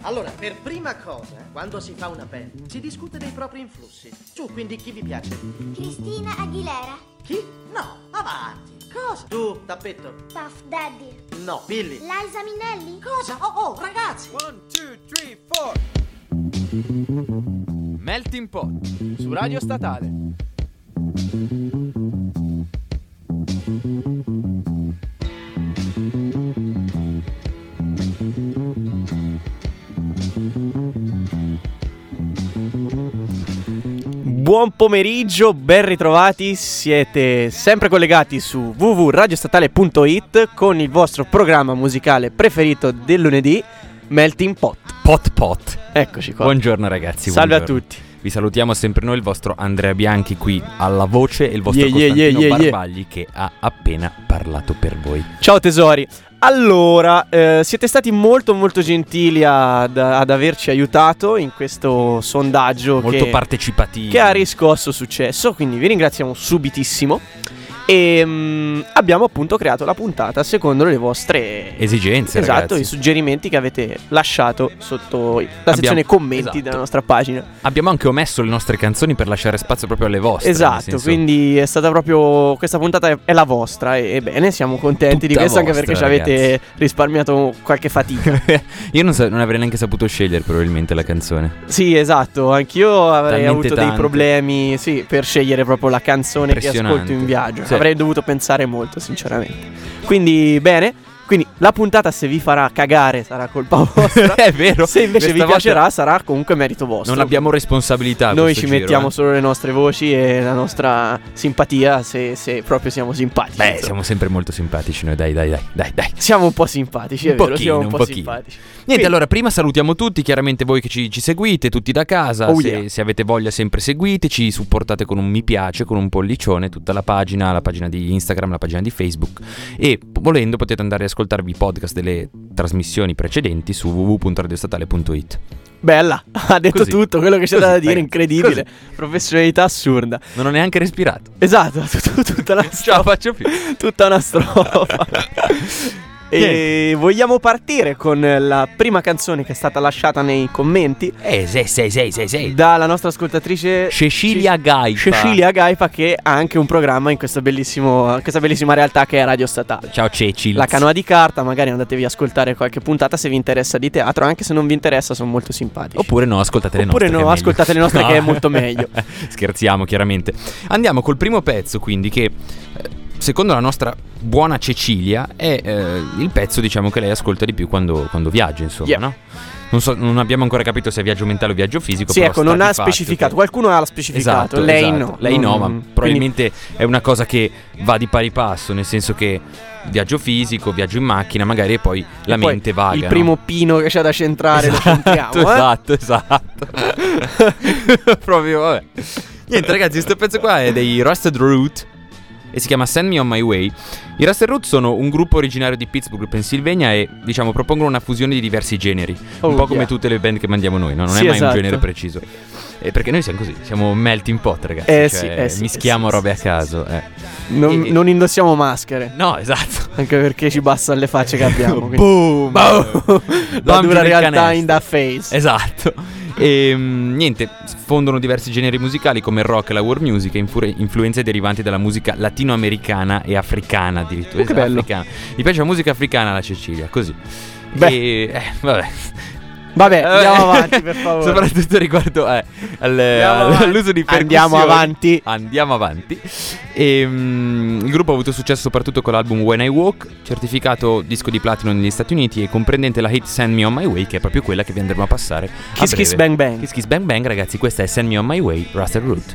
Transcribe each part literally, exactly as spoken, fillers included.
Allora, per prima cosa, quando si fa una band, si discute dei propri influssi. Su, quindi chi vi piace? Cristina Aguilera. Chi? No, avanti. Cosa? Tu, Tappetto. Puff Daddy. No, Billy. Liza Minnelli. Cosa? Oh, oh, ragazzi. One, two, three, four. Melting Pot su Radio Statale. Buon pomeriggio, ben ritrovati, siete sempre collegati su w w w punto radiostatale punto i t con il vostro programma musicale preferito del lunedì, Melting Pot. Pot Pot. Eccoci qua. Buongiorno ragazzi. Salve buongiorno. a tutti. Vi salutiamo sempre noi, il vostro Andrea Bianchi qui alla voce e il vostro Yeah, yeah, Costantino yeah, yeah, Barbagli yeah. che ha appena parlato per voi. Ciao tesori. Allora, eh, siete stati molto molto gentili ad, ad averci aiutato in questo sondaggio Molto che, partecipativo, che ha riscosso successo, quindi vi ringraziamo subitissimo. E mh, abbiamo appunto creato la puntata secondo le vostre esigenze, esatto, ragazzi. i suggerimenti che avete lasciato sotto la sezione Abbiamo, commenti esatto. della nostra pagina. Abbiamo anche omesso le nostre canzoni per lasciare spazio proprio alle vostre. Esatto, nel senso... quindi è stata proprio questa puntata è, è la vostra e, e bene, siamo contenti Tutta di questo vostra, anche perché ci ragazzi. avete risparmiato qualche fatica. Io non, so, non avrei neanche saputo scegliere probabilmente la canzone. Sì, esatto, anch'io avrei Talmente avuto dei tante. problemi, sì, per scegliere proprio la canzone che ascolto in viaggio. Sì. Avrei dovuto pensare molto, sinceramente. Quindi, bene. Quindi la puntata, se vi farà cagare, sarà colpa vostra. È vero. Se invece Questa vi volta piacerà, sarà comunque merito vostro. Non abbiamo responsabilità a Noi questo ci giro, mettiamo eh. solo le nostre voci e la nostra simpatia, se, se proprio siamo simpatici. Beh, insomma. siamo sempre molto simpatici noi, dai, dai, dai, dai, dai. Siamo un po' simpatici, è Un vero, pochino, siamo un un po' pochino. simpatici. Niente, Quindi- allora prima salutiamo tutti, chiaramente voi che ci, ci seguite, tutti da casa, Oh se, yeah. se avete voglia sempre seguiteci, supportate con un mi piace, con un pollicione, tutta la pagina, la pagina di Instagram, la pagina di Facebook e volendo potete andare ad ascoltarvi i podcast delle trasmissioni precedenti su w w w punto radiostatale punto i t. Bella, ha detto Così. tutto quello che c'è Così, da dire, ragazzi, incredibile. Professionalità assurda. Non ho neanche respirato. Esatto, tut- tutta una Ce la strofa. faccio più. Tutta una strofa. E vogliamo partire con la prima canzone che è stata lasciata nei commenti Eh, sei, sei, sei, sei, sei. dalla nostra ascoltatrice Cecilia Gaipa. Cecilia Gaipa, che ha anche un programma in questo bellissimo, questa bellissima realtà che è Radio Statale. Ciao Cecil. La Canoa di Carta, magari andatevi a ascoltare qualche puntata se vi interessa di teatro, anche se non vi interessa sono molto simpatici. Oppure no, ascoltate le Oppure nostre. no, che è meglio. ascoltate le nostre che è molto meglio. Scherziamo, chiaramente. Andiamo col primo pezzo, quindi, che eh, secondo la nostra buona Cecilia è eh, il pezzo, diciamo, che lei ascolta di più quando, quando viaggia, insomma, Yeah. no? Non so, non abbiamo ancora capito se è viaggio mentale o viaggio fisico. Sì, però ecco, sta non di ha fatto specificato. che- Qualcuno ha specificato, Esatto, lei esatto. no. Lei no, ma Mm, probabilmente è una cosa che va di pari passo, nel senso che viaggio fisico, viaggio in macchina, magari e poi la poi mente vaga. il no? primo pino che c'è da centrare lo Esatto, sentiamo, eh? esatto, esatto. Proprio, vabbè. Niente, ragazzi, questo pezzo qua è dei Rusted Root e si chiama Send Me On My Way. I Rusted Root sono un gruppo originario di Pittsburgh, Pennsylvania, e diciamo propongono una fusione di diversi generi, Oh, un po' come yeah. tutte le band che mandiamo noi, no? Non Sì, è mai esatto. un genere preciso. Eh, perché noi siamo così, siamo melting pot, ragazzi. Eh, cioè, sì, eh, sì, mischiamo eh, sì, robe sì, a caso. eh. Non, E- non indossiamo maschere, No, esatto. anche perché ci bastano le facce che abbiamo. quindi- Boom! La Bambi dura nel realtà canestro. in the face. Esatto. E mm, niente, sfondono diversi generi musicali come il rock e la world music e influ- influenze derivanti dalla musica latinoamericana e africana addirittura. Oh, che Esatto, bello. africana. Mi piace la musica africana alla Cecilia, così. Beh. E, eh, vabbè. Vabbè, andiamo Eh, avanti, per favore. Soprattutto riguardo eh, al- Andiamo al- avanti. all'uso di percussioni. Andiamo avanti. Andiamo avanti. E, mm, il gruppo ha avuto successo soprattutto con l'album When I Walk, certificato disco di platino negli Stati Uniti e comprendente la hit Send Me On My Way, che è proprio quella che vi andremo a passare a Kiss breve. Kiss Bang Bang. Kiss Kiss Bang Bang, ragazzi, questa è Send Me On My Way, Rusted Root.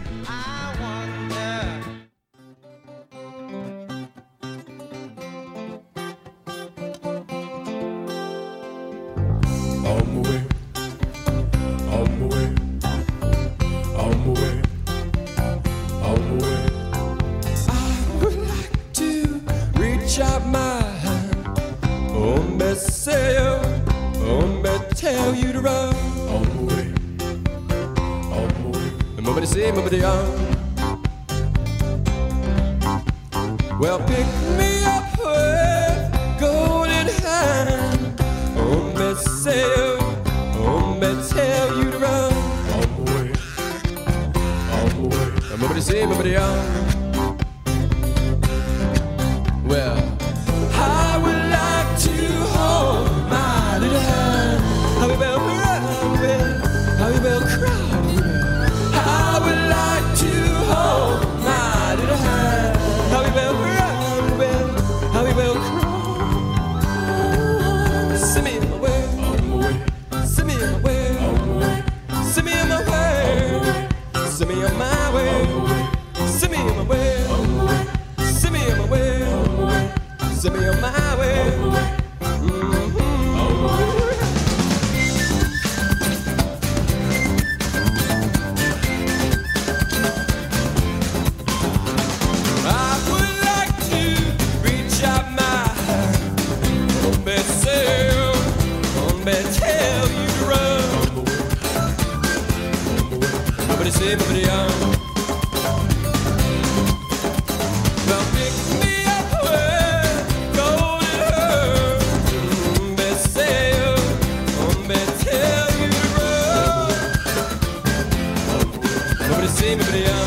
On my way, on my way, on my way, on my way. I would like to reach out my hand, oh, me say, oh, me tell you to run. On my way, on my way. And nobody say, nobody on. Well, pick me up with golden hand. Oh, me say, say, baby, well, I would like to hold my little hand. How we will cry, how we will cry. I would like to hold my little hand. How we will cry, how we will cry. Send me away, send me away, send me on my way, send me on my way, send me on my way, send me on my way, send me on my way. Mm-hmm. I would like to reach out my hand, oh, Betsy, oh, Betsy, tell you to run. Nobody say, nobody on. Well, pick me up where golden her, mm, Betsy, oh, Betsy, tell you to run. Nobody say, nobody on.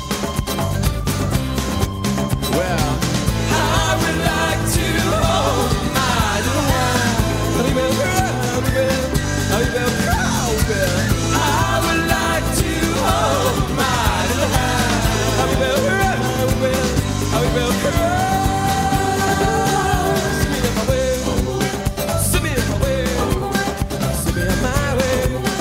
Well, I would like to hold my little hand. How you will cry, how you will cry, I would like to hold my little hand. How you will cry, how you will cry. Send me on my way, send me on my way, send me on my way.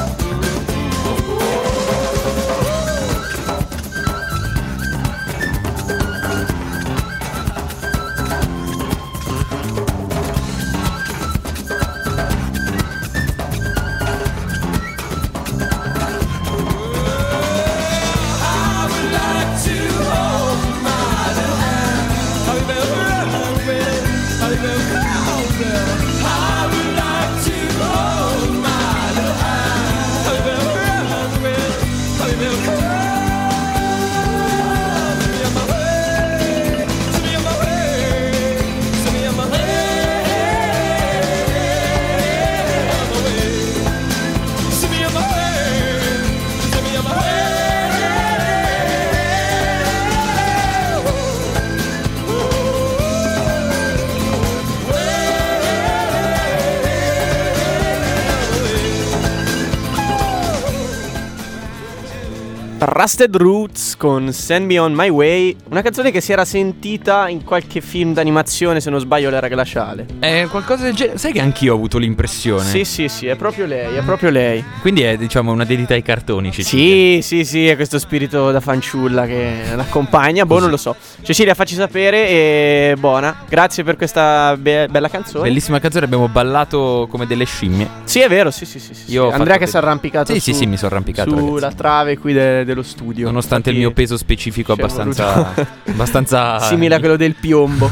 Rusted Roots con Send Me On My Way, una canzone che si era sentita in qualche film d'animazione, se non sbaglio l'era glaciale. È qualcosa del genere. Sai che anch'io ho avuto l'impressione. Sì, sì, sì, è proprio lei, è proprio lei. Quindi è, diciamo, una dedita ai cartoni, Cecilia. Sì, sì, sì, è questo spirito da fanciulla che l'accompagna. Boh, non lo so. Cecilia, facci sapere e buona. Grazie per questa be- bella canzone. Bellissima canzone, abbiamo ballato come delle scimmie. Sì, è vero, sì, sì, sì, sì. Io ho Andrea fatto che de- si è arrampicato Sì, su, sì, sì, mi sono arrampicato, sulla ragazzi. trave qui de- dello studio. Nonostante il mio peso specifico ci è abbastanza voluto- abbastanza simile a quello del piombo.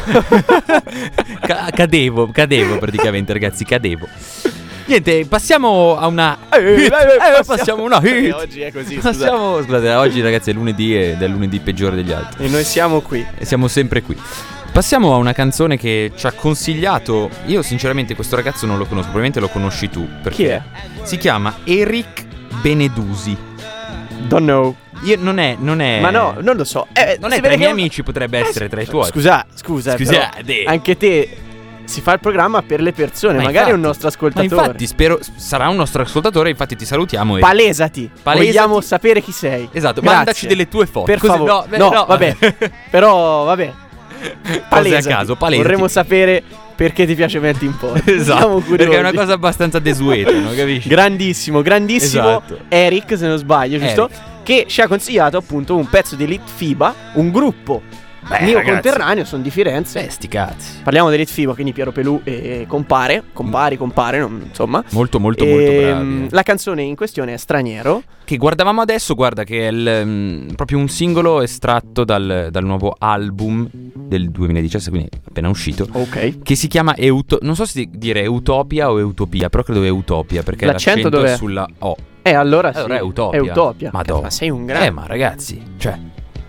Ca- cadevo, cadevo praticamente, ragazzi, cadevo. Niente, passiamo a una Eh, eh, hit. eh, Eh, passiamo- passiamo a una Eh, hit. oggi è così, scusa. Passiamo, scusate, oggi ragazzi è lunedì ed è il lunedì peggiore degli altri. E noi siamo qui. E siamo sempre qui. Passiamo a una canzone che ci ha consigliato. Io sinceramente questo ragazzo non lo conosco, probabilmente lo conosci tu. Perché Chi è? Si chiama Eric Benedusi. Don't know. Io non è, non è. Ma no, non lo so. Eh, Non si è vede tra i miei che- amici, potrebbe essere tra i tuoi. Scusa, scusa. Scusate. però anche te si fa il programma per le persone. Ma magari è un infatti- nostro Ma ascoltatore. infatti spero sarà un nostro ascoltatore, infatti ti salutiamo e Palesati. Palesati. Vogliamo sapere chi sei. Esatto, Grazie. mandaci delle tue foto. Per Così- favore. no, beh, No, no. vabbè. Però, vabbè. Cose a Palesati. caso, palesati. Vorremmo sapere perché ti piace Melting Pot. Siamo Esatto, curiosi. perché è una cosa abbastanza desueta, no? Capisci? Grandissimo, grandissimo Esatto. Eric, se non sbaglio, giusto? Eric. Che ci ha consigliato appunto un pezzo di Elite FIBA, un gruppo Beh, mio ragazzi. conterraneo, sono di Firenze. Beh, sti cazzi. Parliamo di Elite FIBA, quindi Piero Pelù e compare, compari, compare, non- insomma. Molto, molto, molto Ehm, bravi. eh. La canzone in questione è Straniero. Che guardavamo adesso, guarda, che è il, mm, proprio un singolo estratto dal, dal nuovo album del duemiladiciassette, quindi appena uscito. Ok. Che si chiama Euto- non so se dire Utopia o Utopia, però credo è Utopia perché L'accento l'accento dov'è? è sulla O. E allora, Allora sì, è Utopia. È Utopia. Madonna. Ma sei un grande. Eh, ma ragazzi, cioè,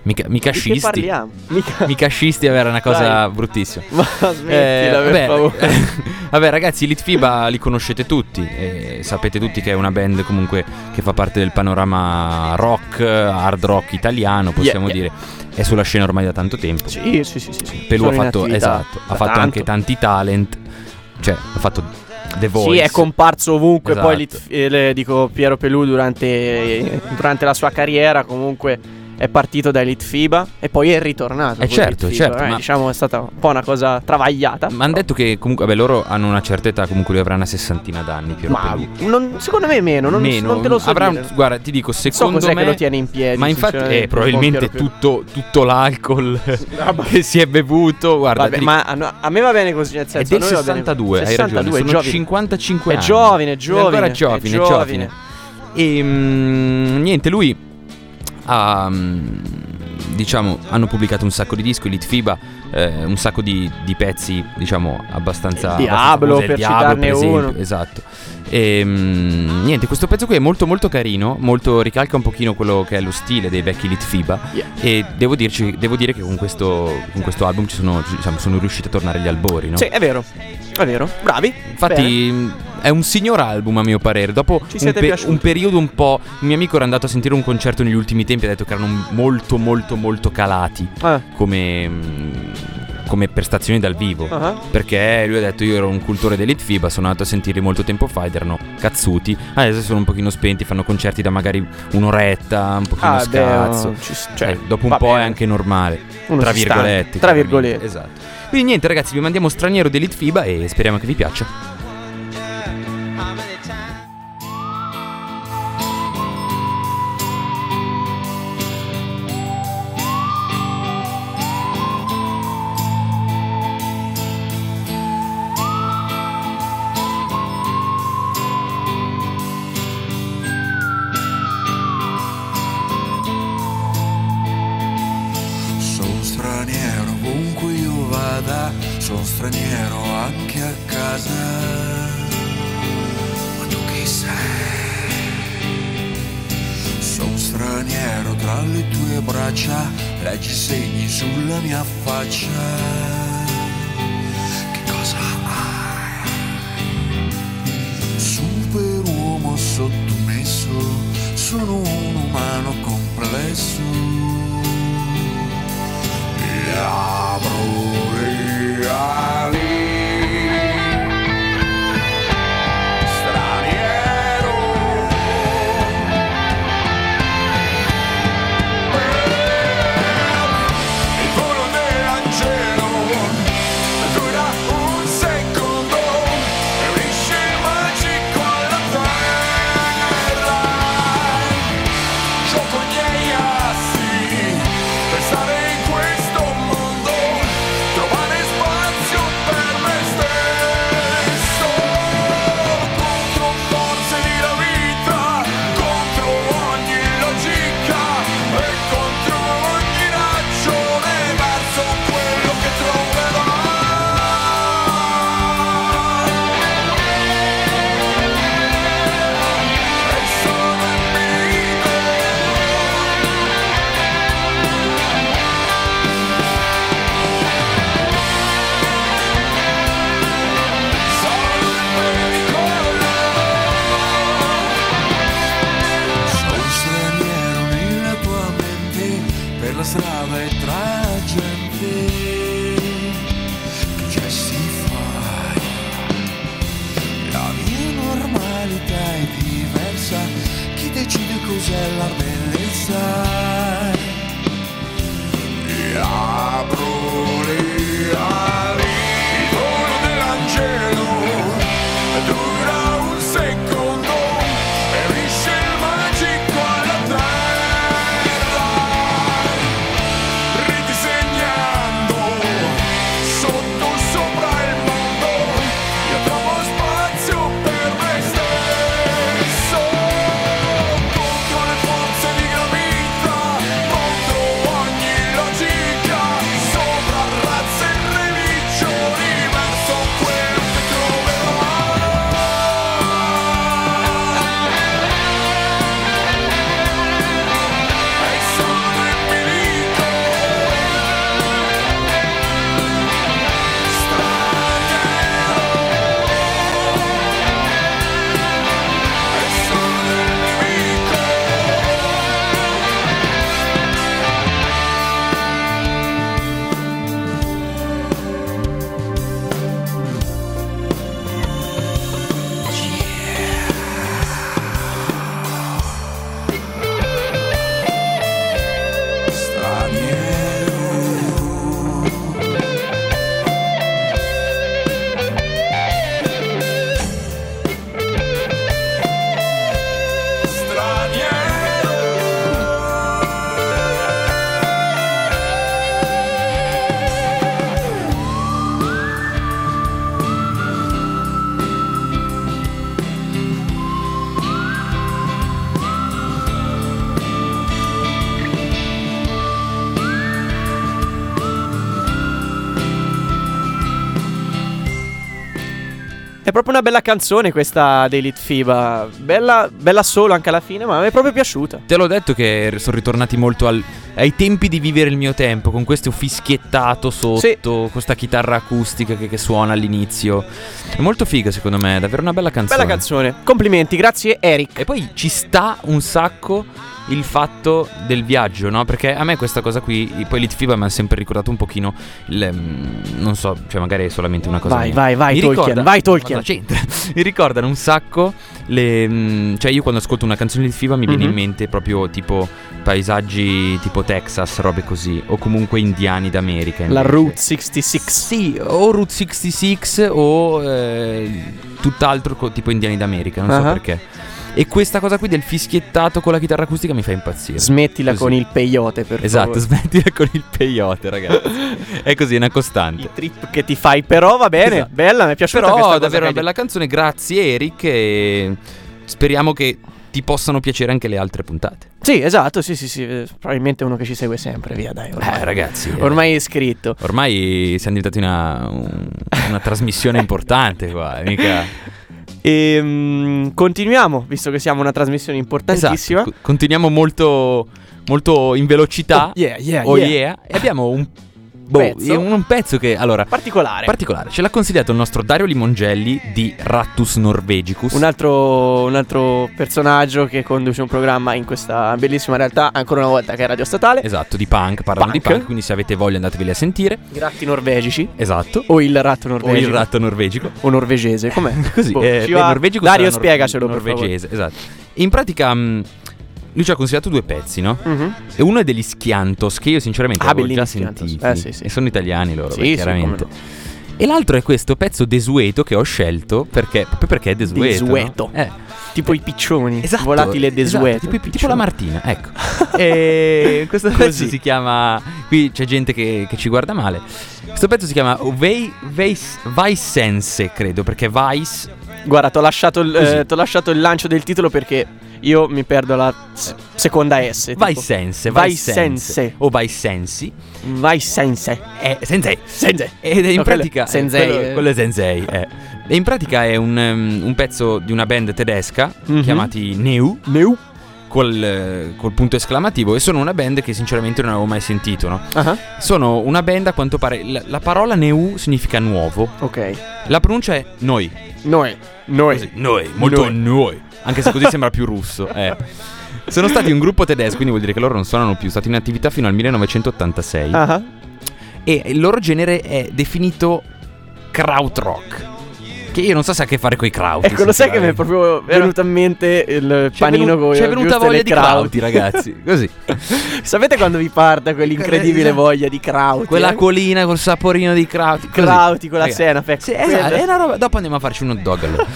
Mica, mica Di che scisti. parliamo? Mica... Mica scisti era una cosa Dai. bruttissima. Ma smettila, Eh, per vabbè, favore. vabbè, ragazzi, i Litfiba li conoscete tutti. E sapete tutti che è una band comunque che fa parte del panorama rock, hard rock italiano, possiamo Yeah, yeah. dire. È sulla scena ormai da tanto tempo. Sì, sì, sì, sì, sì. Pelù ha Sono in fatto, attività esatto, da ha fatto tanto. anche tanti talent. Cioè, ha fatto The Voice. Sì, è comparso ovunque. Esatto. Poi Lit- eh, le- dico Piero Pelù durante, durante la sua carriera comunque è partito dai Litfiba e poi è ritornato. Eh con certo, Litfiba, certo, eh, ma- diciamo è stata un po' una cosa travagliata. Ma hanno detto che comunque, vabbè, loro hanno una certa età, comunque lui avrà una sessantina d'anni, Piero Ma Pelù. non- secondo me meno, non, Meno, non te lo so avrà dire. un- guarda, ti dico, so secondo cos'è me che lo tiene in piedi. Ma infatti, sinceramente, eh, probabilmente un po' Piero tutto, tutto l'alcol che si è bevuto. Guarda, Vabbè, ti ma a, a me va bene così, nel È senso, a del noi va bene sessantadue, così. hai ragione, sessantadue, sono è giovine. cinquantacinque È anni. giovine, è giovine, È ancora è giovine, è giovine. giovine. E mm, niente, lui ha, mm, diciamo, hanno pubblicato un sacco di dischi, Litfiba, eh, un sacco di, di pezzi, diciamo, abbastanza... Il Diablo, abbastanza famosi. Il per Diablo, citarne esempio, uno. esatto. E mm, niente, questo pezzo qui è molto molto carino, molto ricalca un pochino quello che è lo stile dei vecchi Litfiba. Yeah. E devo dirci, devo dire che con questo, con questo album ci sono, ci- diciamo, sono riusciti a tornare agli albori, no? Sì, è vero. È vero. Bravi. Infatti mh, è un signor album a mio parere. Dopo Ci un, siete pe- piaciuti? un periodo un po'... Un mio amico era andato a sentire un concerto negli ultimi tempi e ha detto che erano molto molto molto calati Bene. come, mh, come prestazioni dal vivo. Ah, ah. Perché lui ha detto io ero un cultore dell'Itfiba, sono andato a sentirli molto tempo fa ed erano cazzuti. Adesso sono un pochino spenti, fanno concerti da magari un'oretta, un pochino Ah, scazzo. beh, ci- cioè, Cioè, dopo un va po' è bene. anche normale. Uno tra si stanca. virgolette. Tra chiaramente. virgolette. Esatto. Quindi niente ragazzi, vi mandiamo Straniero dell'Itfiba e speriamo che vi piaccia. Sono straniero ovunque io vada, sono straniero anche a casa. Ma tu chi sei? Sono straniero tra le tue braccia, leggi segni sulla mia faccia. Che cosa hai? Superuomo sottomesso, sono un umano complesso. Apro le ali, straniero, il volo dell'angelo dura un secondo e unisce il magico alla terra. Gioco i miei assi per stare in questo mondo, trovare spazio per me stesso. Contro forze di la vita, contro ogni logica e contro ogni ragione, verso quello che troverò. E sono ambito. Sono straniero nella tua mente, per la strada e tra la gente. Che gesti fai? La mia normalità è diversa, chi decide cos'è la bellezza? E apro le ali, il volo dell'angelo dura un secondo e unisce il magico alla terra, ridisegnando sotto sopra il mondo. Io trovo spazio per me stesso, contro le forze di gravità, contro ogni logica, sopra proprio una bella canzone questa dei Litfiba. Bella, bella solo anche alla fine, ma mi è proprio piaciuta. Te l'ho detto che sono ritornati molto al, ai tempi di vivere il mio tempo, con questo fischiettato sotto, Sì. questa chitarra acustica che, che suona all'inizio. È molto figa secondo me, è davvero una bella canzone. Bella canzone. Complimenti, grazie Eric. E poi ci sta un sacco il fatto del viaggio, no? Perché a me questa cosa qui, poi Litfiba mi ha sempre ricordato un pochino il, mm, non so, cioè magari è solamente una cosa Vai, mia. vai, vai, Mi Tolkien, ricorda- vai, Tolkien. Ma cosa c'entra? Mi ricordano un sacco le, mm, cioè io quando ascolto una canzone di Litfiba mi viene Mhm. in mente proprio tipo paesaggi tipo Texas, robe così, o comunque indiani d'America La invece. Route sessantasei. Sì, o Route sessantasei o eh, tutt'altro co- tipo indiani d'America, non so Ah. perché. E questa cosa qui del fischiettato con la chitarra acustica mi fa impazzire. Smettila Così. con il peyote, per Esatto, favore. smettila con il peyote, ragazzi. È così, è una costante. Il trip che ti fai, però va bene, Esatto. bella, mi è piaciuta Però questa cosa davvero che una hai bella canzone, grazie Eric, e speriamo che ti possano piacere anche le altre puntate. detto. Sì, esatto, sì, sì, sì, eh, probabilmente uno che ci segue sempre, via, dai. Ormai, Eh, ragazzi, eh, ormai è iscritto. ormai siamo diventati una, un- una trasmissione importante qua, mica... E mm, continuiamo, visto che siamo una trasmissione importantissima. Esatto, co- continuiamo molto, molto in velocità. Oh, yeah, yeah, Oh yeah. yeah. E abbiamo un, boh, Pezzo. un, un pezzo che, allora, Particolare. particolare. Ce l'ha consigliato il nostro Dario Limongelli di Rattus Norvegicus. Un altro, un altro personaggio che conduce un programma in questa bellissima realtà, ancora una volta, che è Radio Statale. Esatto, di punk, parlano Punk. di punk, quindi se avete voglia andateveli a sentire. I ratti norvegici. Esatto. O il ratto O norvegico. il ratto norvegico. O norvegese, com'è? Così, Boh, eh, ci beh, va. norvegicus Dario, sarà nor- spiegacelo, per norvegese, esatto. In pratica mh, lui ci ha consigliato due pezzi, no? Mhm. E uno è degli Schiantos, che io sinceramente Ah, avevo bellini già Schiantos. sentiti. Eh, sì, sì. E sono italiani loro, Sì, beh, sì, chiaramente. come no. E l'altro è questo pezzo desueto che ho scelto perché, proprio perché è desueto. Desueto. No? Eh, Tipo i piccioni. esatto. Volatile desueto. Esatto, tipo, tipo la Martina, ecco. E questo Così. pezzo si chiama. Qui c'è gente che, che ci guarda male. Questo pezzo si chiama Vei, Veis, Vicense, credo, perché Vice. Guarda, ti ho lasciato, il- Così. eh, t'ho lasciato il lancio del titolo perché io mi perdo la s- seconda S. tipo. Vicense, Vicense. O Vicensi. Vicense. Eh, sensei. Sensei. Ed è in No, quello- pratica Sensei, quello, eh. quello è Sensei, eh. E in pratica è un, um, un pezzo di una band tedesca Mhm. chiamati Neu Neu. col, eh, col punto esclamativo. E sono una band che sinceramente non avevo mai sentito, no? Ah, Sono una band a quanto pare. La, la parola Neu significa nuovo. ok. La pronuncia è noi. Noi. Noi. Così, noi, molto Noi. noi. Anche se così sembra più russo. Eh. Sono stati un gruppo tedesco, quindi vuol dire che loro non suonano più. Stati in attività fino al millenovecentottantasei. Ah, E il loro genere è definito krautrock. Che io non so se ha a che fare con i krauti. ecco, lo sai che mi è proprio Vero? venuto in mente il C'è panino venu- con C'è venuta voglia di krauti, ragazzi. Così. Sapete quando vi parte quell'incredibile Esatto. voglia di krauti? Quella eh? colina col saporino di krauti. Così. Krauti con la Ragazzi. senape, ecco, Sì, quella. esatto. È una roba. Dopo andiamo a farci un hot dog allora.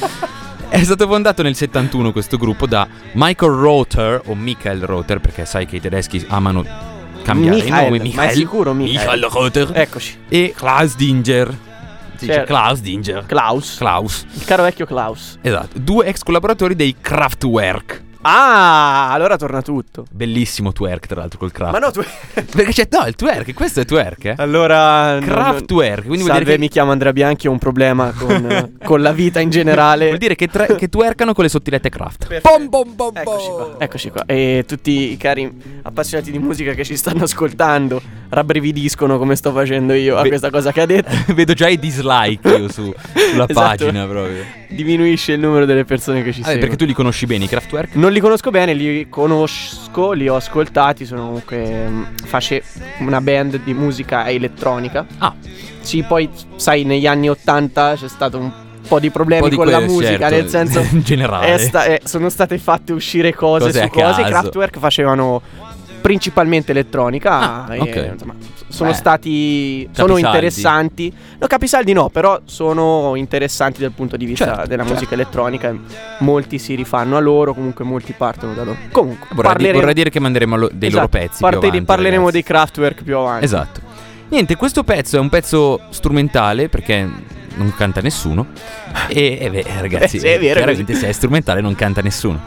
È stato fondato nel settantuno questo gruppo da Michael Rother o Michael Rother, perché sai che i tedeschi amano cambiare Michael, i nomi. ma è sicuro Michael. Rother Eccoci. e Klaus Dinger. Si dice Certo. Klaus Dinger. Klaus. Klaus. Il caro vecchio Klaus. Esatto, due ex collaboratori dei Kraftwerk. Ah, allora torna tutto. Bellissimo twerk, tra l'altro, col Kraft. Ma no, tu. Perché c'è. No, il twerk, questo è twerk, eh. Allora. no, no. Kraftwerk. Quindi vuol Salve, dire che. mi chiamo Andrea Bianchi, ho un problema con, con la vita in generale. Vuol dire che, tre- che twerkano con le sottilette Kraft. Perfetto. Bom, bom, bom, Eccoci bom. qua, eccoci qua. E tutti i cari appassionati di musica che ci stanno ascoltando rabbrividiscono come sto facendo io a Beh. questa cosa che ha detto. Vedo già i dislike io su, sulla Esatto. pagina proprio. Diminuisce il numero delle persone che ci Vabbè, seguono. perché tu li conosci bene i Kraftwerk? Non li conosco bene, li conosco, li ho ascoltati, sono comunque mm, face una band di musica elettronica. Ah, Sì, poi sai, negli anni ottanta c'è stato un po' di problemi Un po' di con que- la musica, certo, nel senso in generale. è sta- è- sono state fatte uscire cose, Cose su a cose. I caso. Kraftwerk facevano principalmente elettronica. Ah, e, ok. insomma, sono Beh, stati sono capisaldi. interessanti. No, capisaldi no, però sono interessanti dal punto di vista Certo, della certo. musica elettronica. Molti si rifanno a loro, comunque molti partono da loro. Comunque vorrei, di- parleremo- vorrei dire che manderemo lo- dei loro Esatto, pezzi. parte- più avanti, parleremo ragazzi. dei Kraftwerk più avanti. Esatto. Niente, questo pezzo è un pezzo strumentale perché non canta nessuno. E, e beh, ragazzi, Eh, sì, è vero, chiaramente così. se è strumentale non canta nessuno.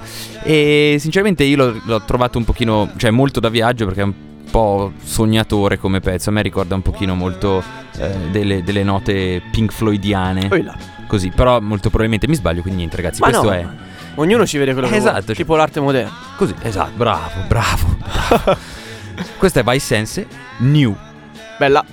E sinceramente io l'ho, l'ho trovato un pochino, cioè molto da viaggio perché è un po' sognatore come pezzo. A me ricorda un pochino molto eh, delle, delle note Pink Floydiane. Poi là. così. Però molto probabilmente mi sbaglio, quindi niente ragazzi, Ma questo no, è ognuno ci vede quello che Esatto, vuole, tipo l'arte moderna. così, esatto, bravo, bravo, bravo. Questo è Vice Sense New. Bella.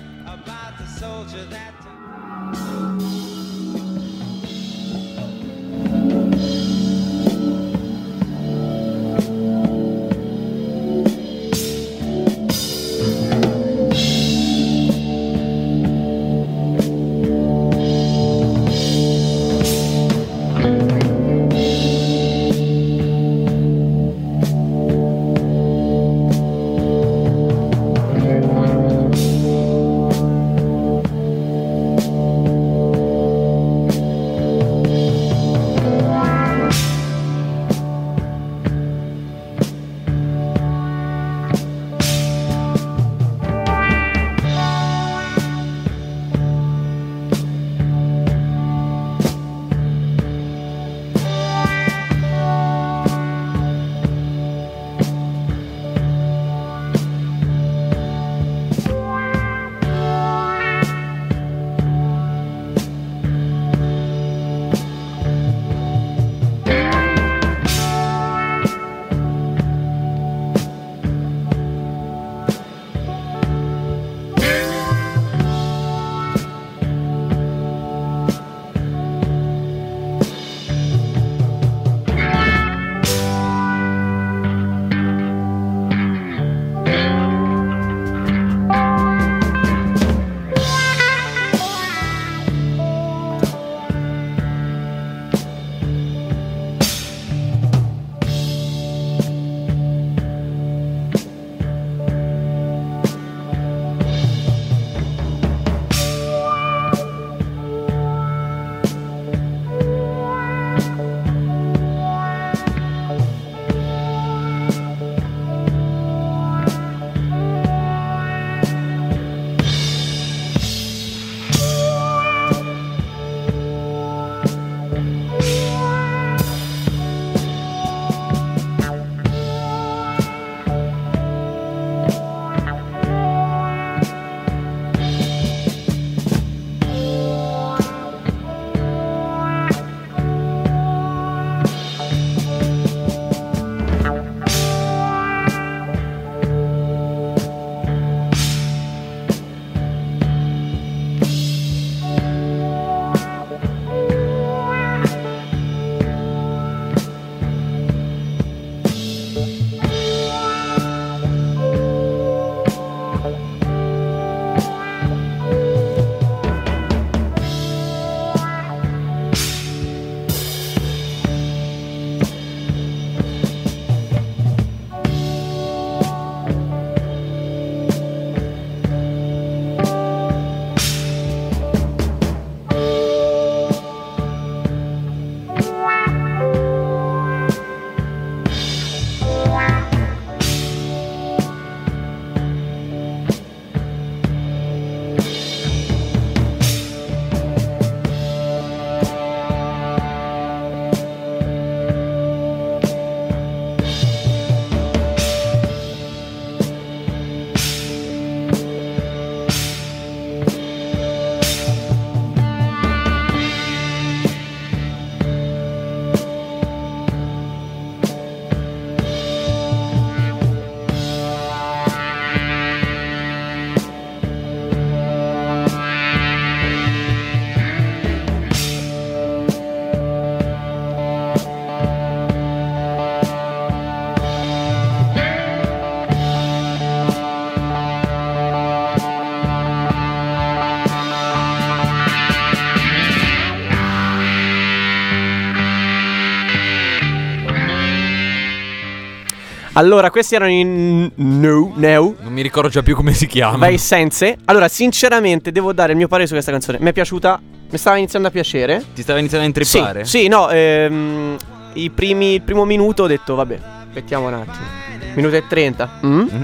Allora, questi erano i n- no, Neu. Non mi ricordo già più come si chiama. Vice Sense. Allora, sinceramente, devo dare il mio parere su questa canzone. Mi è piaciuta, mi stava iniziando a piacere. Ti stava iniziando a intrippare? Sì, sì, no, ehm, i primi, il primo minuto ho detto, vabbè, aspettiamo un attimo. Minuto e trenta. Mm? Mm.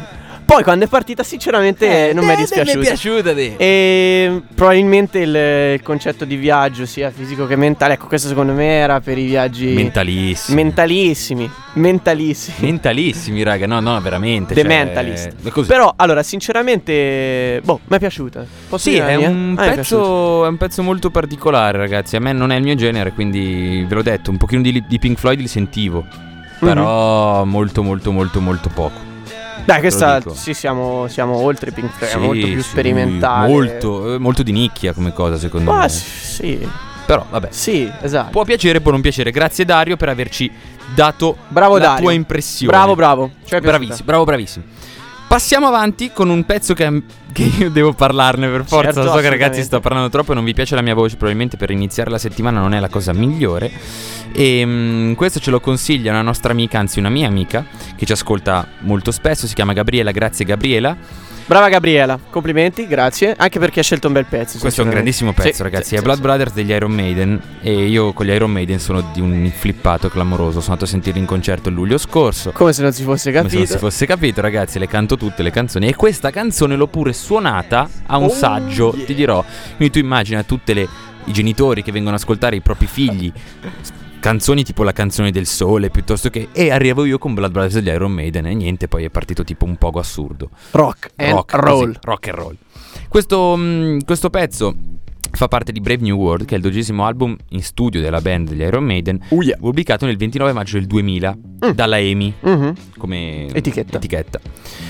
Poi quando è partita sinceramente non mi è dispiaciuta. Mi è piaciuta te. E probabilmente il, il concetto di viaggio sia fisico che mentale, ecco, questo secondo me era per i viaggi Mentalissimi. mentalissimi, mentalissimi. Mentalissimi, raga. No, no, veramente. The cioè, Mentalist. è così. Però allora sinceramente boh, mi è piaciuta. Posso Sì, dire la è mia? un, Ah, mi è piaciuta. pezzo, è un pezzo molto particolare, ragazzi. A me non è il mio genere, quindi ve l'ho detto, un pochino di, di Pink Floyd li sentivo. Però molto, molto, molto, molto poco. Dai, questa dico. sì, siamo, siamo oltre Pink Floyd, Sì, molto più sì, sperimentale. Molto, eh, molto di nicchia come cosa, secondo Ma me. sì, Però, vabbè. sì, esatto. Può piacere, può non piacere. Grazie Dario per averci dato Bravo la Dario. tua impressione. Bravo, bravo. Cioè, Bravissimo, bravo, bravissimo. Passiamo avanti con un pezzo che, che io devo parlarne per forza. Certo, so che ragazzi assolutamente. sto parlando troppo e non vi piace la mia voce. Probabilmente per iniziare la settimana non è la cosa migliore. E mm, questo ce lo consiglia una nostra amica, anzi una mia amica, che ci ascolta molto spesso. Si chiama Gabriela. Grazie Gabriela. Brava Gabriela, complimenti, grazie. Anche perché hai scelto un bel pezzo. Questo è un grandissimo pezzo, ragazzi. È Blood Brothers degli Iron Maiden. E io con gli Iron Maiden sono di un flippato clamoroso. Sono andato a sentirli in concerto il luglio scorso. Come se non si fosse Come capito. se non si fosse capito, ragazzi. Le canto tutte le canzoni. E questa canzone l'ho pure suonata a un Oh, saggio, yeah. ti dirò. Quindi tu immagina tutte le i genitori che vengono ad ascoltare i propri figli. Canzoni tipo La canzone del sole, piuttosto che. E arrivo io con Blood Brothers degli Iron Maiden. E niente, poi è partito tipo un poco assurdo. Rock and Rock, roll. così, rock and roll. Questo, mh, questo pezzo fa parte di Brave New World, che è il dodicesimo album in studio della band degli Iron Maiden, Oh yeah. pubblicato nel ventinove maggio del duemila Mm. dalla E M I Mhm. come Etichetta. etichetta.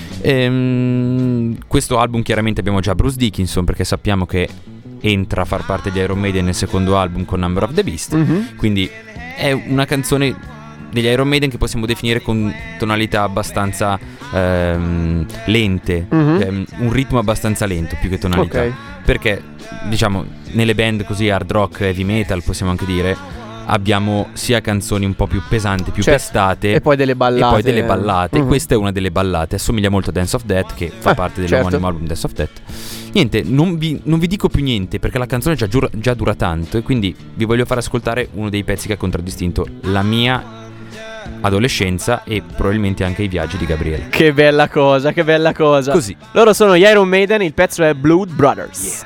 Ehm, questo album chiaramente abbiamo già Bruce Dickinson, perché sappiamo che entra a far parte di Iron Maiden nel secondo album con Number of the Beast. Mhm. Quindi è una canzone degli Iron Maiden che possiamo definire con tonalità abbastanza ehm, lente, Mhm. ehm, un ritmo abbastanza lento più che tonalità. Ok. Perché diciamo nelle band così hard rock, heavy metal possiamo anche dire, abbiamo sia canzoni un po' più pesanti, più Certo. pestate, E poi delle ballate. e poi delle ballate. Mhm. Questa è una delle ballate, assomiglia molto a Dance of Death, che fa Eh, parte dell'omonimo certo. album Dance of Death. Niente, non vi, non vi dico più niente perché la canzone già, giura- già dura tanto, e quindi vi voglio far ascoltare uno dei pezzi che ha contraddistinto la mia adolescenza e probabilmente anche i viaggi di Gabriele. Che bella cosa, che bella cosa. Così. Loro sono gli Iron Maiden, il pezzo è Blood Brothers.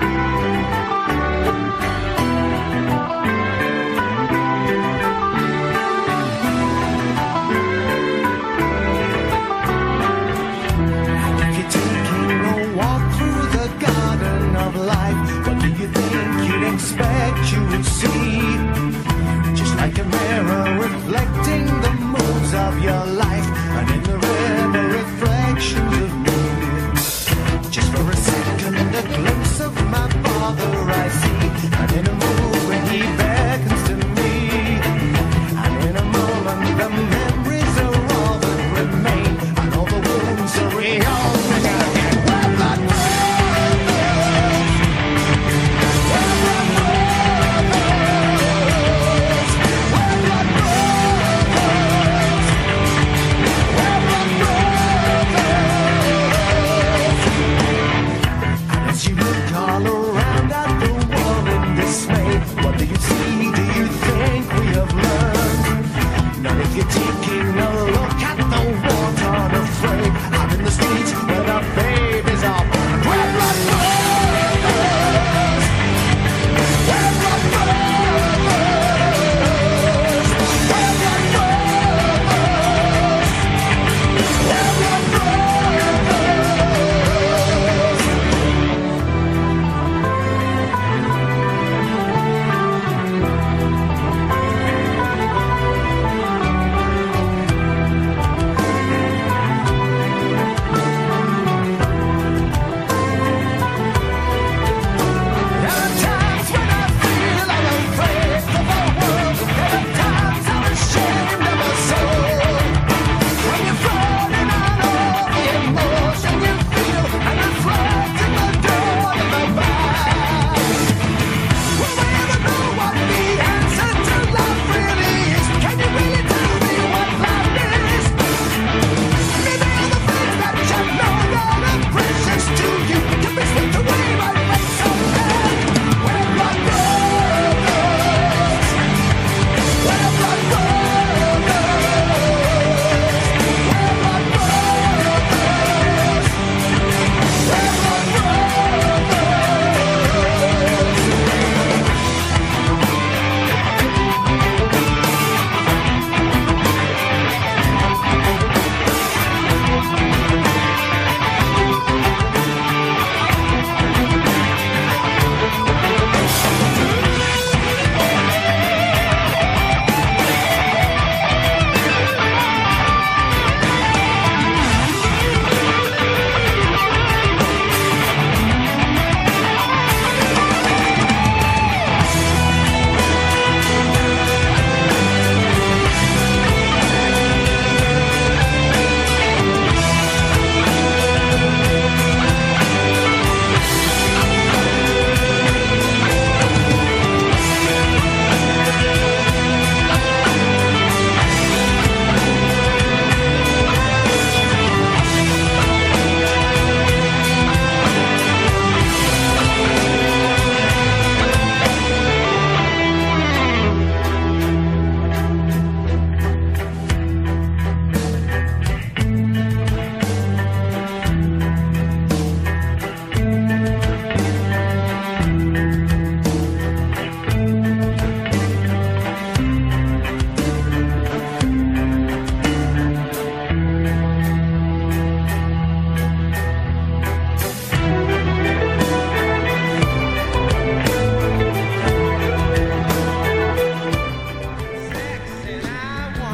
I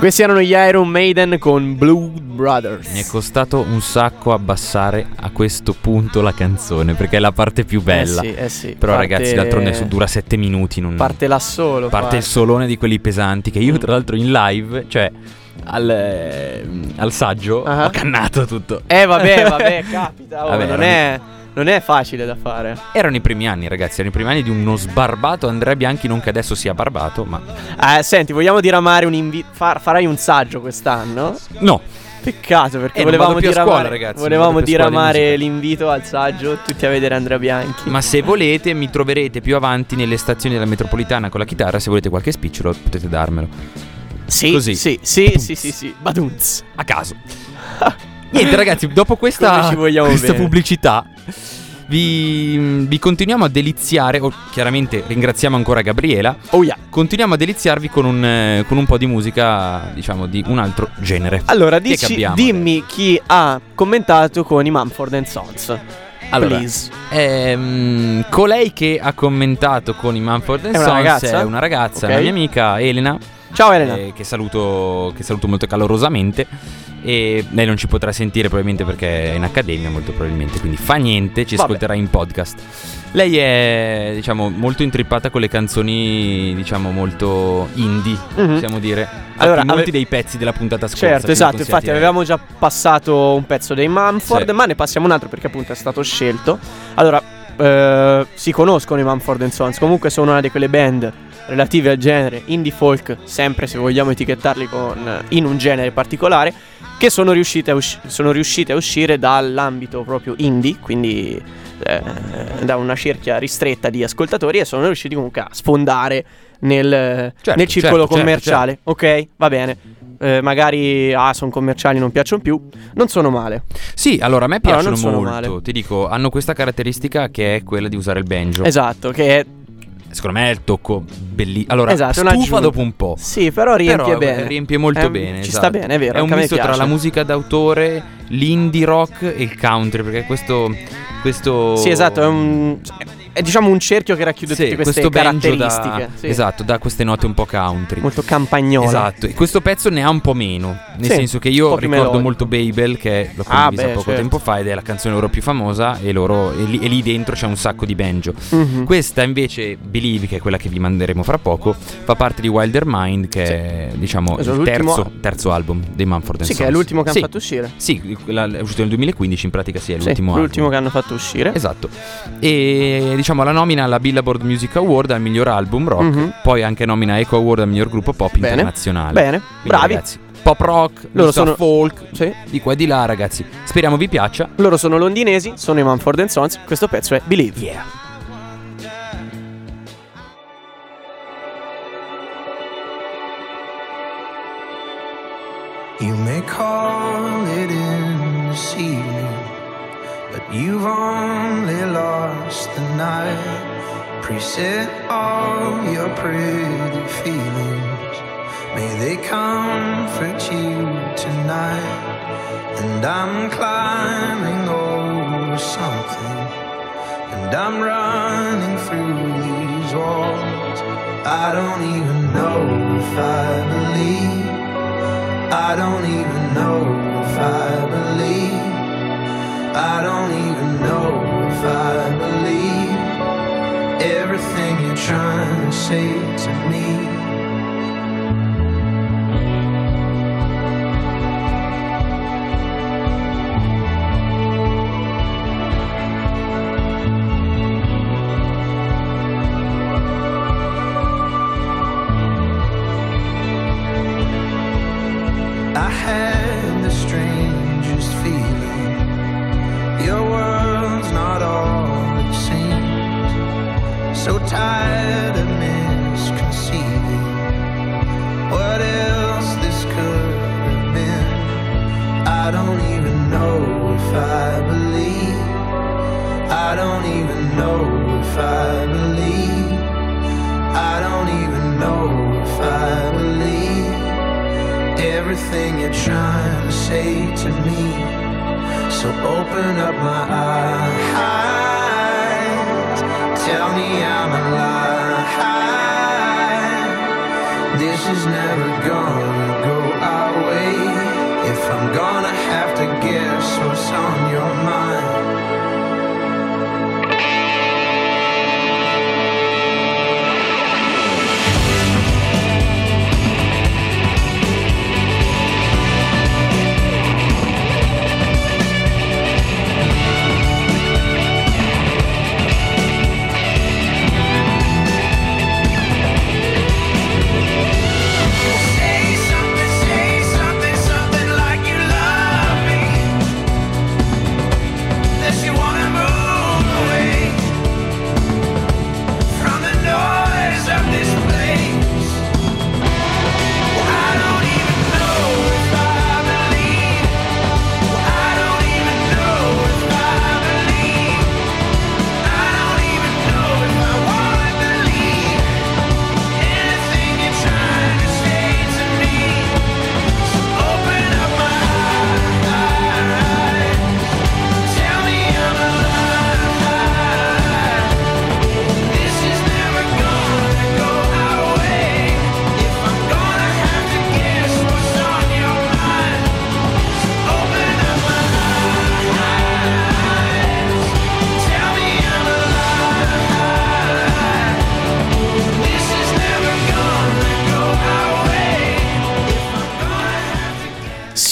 Questi erano gli Iron Maiden con Blue Brothers. Mi è costato un sacco abbassare a questo punto la canzone, perché è la parte più bella. Eh sì, eh sì. Però parte... ragazzi, d'altronde dura sette minuti. Non... Parte là solo. Parte parte. il solone di quelli pesanti, che io tra l'altro in live, cioè al, eh, al saggio, uh-huh. ho cannato tutto. Eh vabbè, vabbè, capita. Oh, Vabbè, non, è, non è facile da fare. Erano i primi anni, ragazzi, erano i primi anni di uno sbarbato Andrea Bianchi, non che adesso sia barbato, ma... Eh, senti, vogliamo diramare un invito? Far, farai un saggio quest'anno? No. Peccato, perché Eh, non volevamo vado più a diramare, scuola, ragazzi, non volevamo vado più a scuola di diramare musica. l'invito al saggio, tutti a vedere Andrea Bianchi. Ma se volete mi troverete più avanti nelle stazioni della metropolitana con la chitarra. Se volete qualche spicciolo potete darmelo. Sì, Così. sì, sì, sì, sì, sì, badunz. A caso. Niente ragazzi, dopo questa, Come ci vogliamo questa bene. pubblicità vi, vi continuiamo a deliziare. Oh, chiaramente ringraziamo ancora Gabriela. Oh yeah. Continuiamo a deliziarvi con un, eh, con un po' di musica, diciamo, di un altro genere. Allora, Chi è che dici, abbiamo dimmi chi ha commentato con i Mumford and Sons. Allora, Please. ehm, colei che ha commentato con i Mumford and È una Sons ragazza? è una ragazza, Ok. una mia amica Elena. Ciao Elena. eh, che, saluto, che saluto molto calorosamente. E lei non ci potrà sentire probabilmente perché è in accademia, molto probabilmente, quindi fa niente, ci Vabbè. ascolterà in podcast. Lei è, diciamo, molto intrippata con le canzoni, diciamo, molto indie, Mhm. possiamo dire. Infatti, Allora, molti ave- dei pezzi della puntata scorsa Certo, che esatto, vi infatti consiglierei. avevamo già passato un pezzo dei Mumford, Sì. ma ne passiamo un altro perché appunto è stato scelto. Allora, eh, si conoscono i Mumford and Sons, comunque sono una di quelle band relative al genere indie folk, sempre se vogliamo etichettarli con, in un genere particolare, che sono riuscite a, usci- sono riuscite a uscire dall'ambito proprio indie, quindi eh, da una cerchia ristretta di ascoltatori, e sono riusciti comunque a sfondare nel, Certo, nel circolo certo, commerciale. Ok, va bene. Eh, magari ah, sono commerciali, non piacciono più. Non sono male. Sì, allora a me Allora, piacciono non sono molto. male. Ti dico, hanno questa caratteristica che è quella di usare il banjo. Esatto, che è. Secondo me è il tocco bellissimo. Allora, Esatto, è stufa un'aggiunta. dopo un po'. Sì, però riempie Però, bene. eh, riempie molto Ehm, bene. Ci esatto. sta bene, è vero. È un anche a me misto tra piace. la musica d'autore, l'indie rock e il country. Perché questo. questo Sì, esatto, è un. È diciamo un cerchio che racchiude sì, tutte queste questo banjo caratteristiche. da, Sì. Esatto, dà queste note un po' country. Molto campagnola. Esatto, e questo pezzo ne ha un po' meno. Nel Sì, senso che un io po' più ricordo melodico. molto Babel, che l'ho Ah, condivisa beh, poco certo. tempo fa, ed è la canzone loro più famosa. E, loro, e, lì, e lì dentro c'è un sacco di banjo. Mhm. Questa invece, Believe, che è quella che vi manderemo fra poco, fa parte di Wilder Mind, che è diciamo Esatto, il l'ultimo- terzo, terzo album dei Mumford and Sì, Sons. che è l'ultimo che Sì, hanno fatto uscire. Sì, quella- è uscito nel duemilaquindici, in pratica sì, è Sì, l'ultimo l'ultimo album. che hanno fatto uscire. Esatto. E diciamo la nomina alla Billboard Music Award al miglior album rock, Mhm. poi anche nomina Echo Award al miglior gruppo pop Bene. internazionale. Bene, Quindi, bravi. ragazzi, pop rock, Loro misto a sono- folk, Sì. di qua e di là, ragazzi. Speriamo vi piaccia. Loro sono londinesi, sono i Mumford and Sons. Questo pezzo è Believe. Yeah. You may call it in this evening, but you've only lost the night. Preset all your pretty feelings, may they comfort you tonight. And I'm climbing over something, and I'm running through these walls. I don't even know if I believe, I don't even know if I believe, I don't even know if I believe everything you're trying to say to me. I had the strangest feeling, your world's not all it seems. So tired of misconceiving what else this could have been. I don't even know if I believe, I don't even know if I believe, I don't even know if I believe everything you're trying to say to me. So open up my eyes, tell me I'm alive. This is never gonna go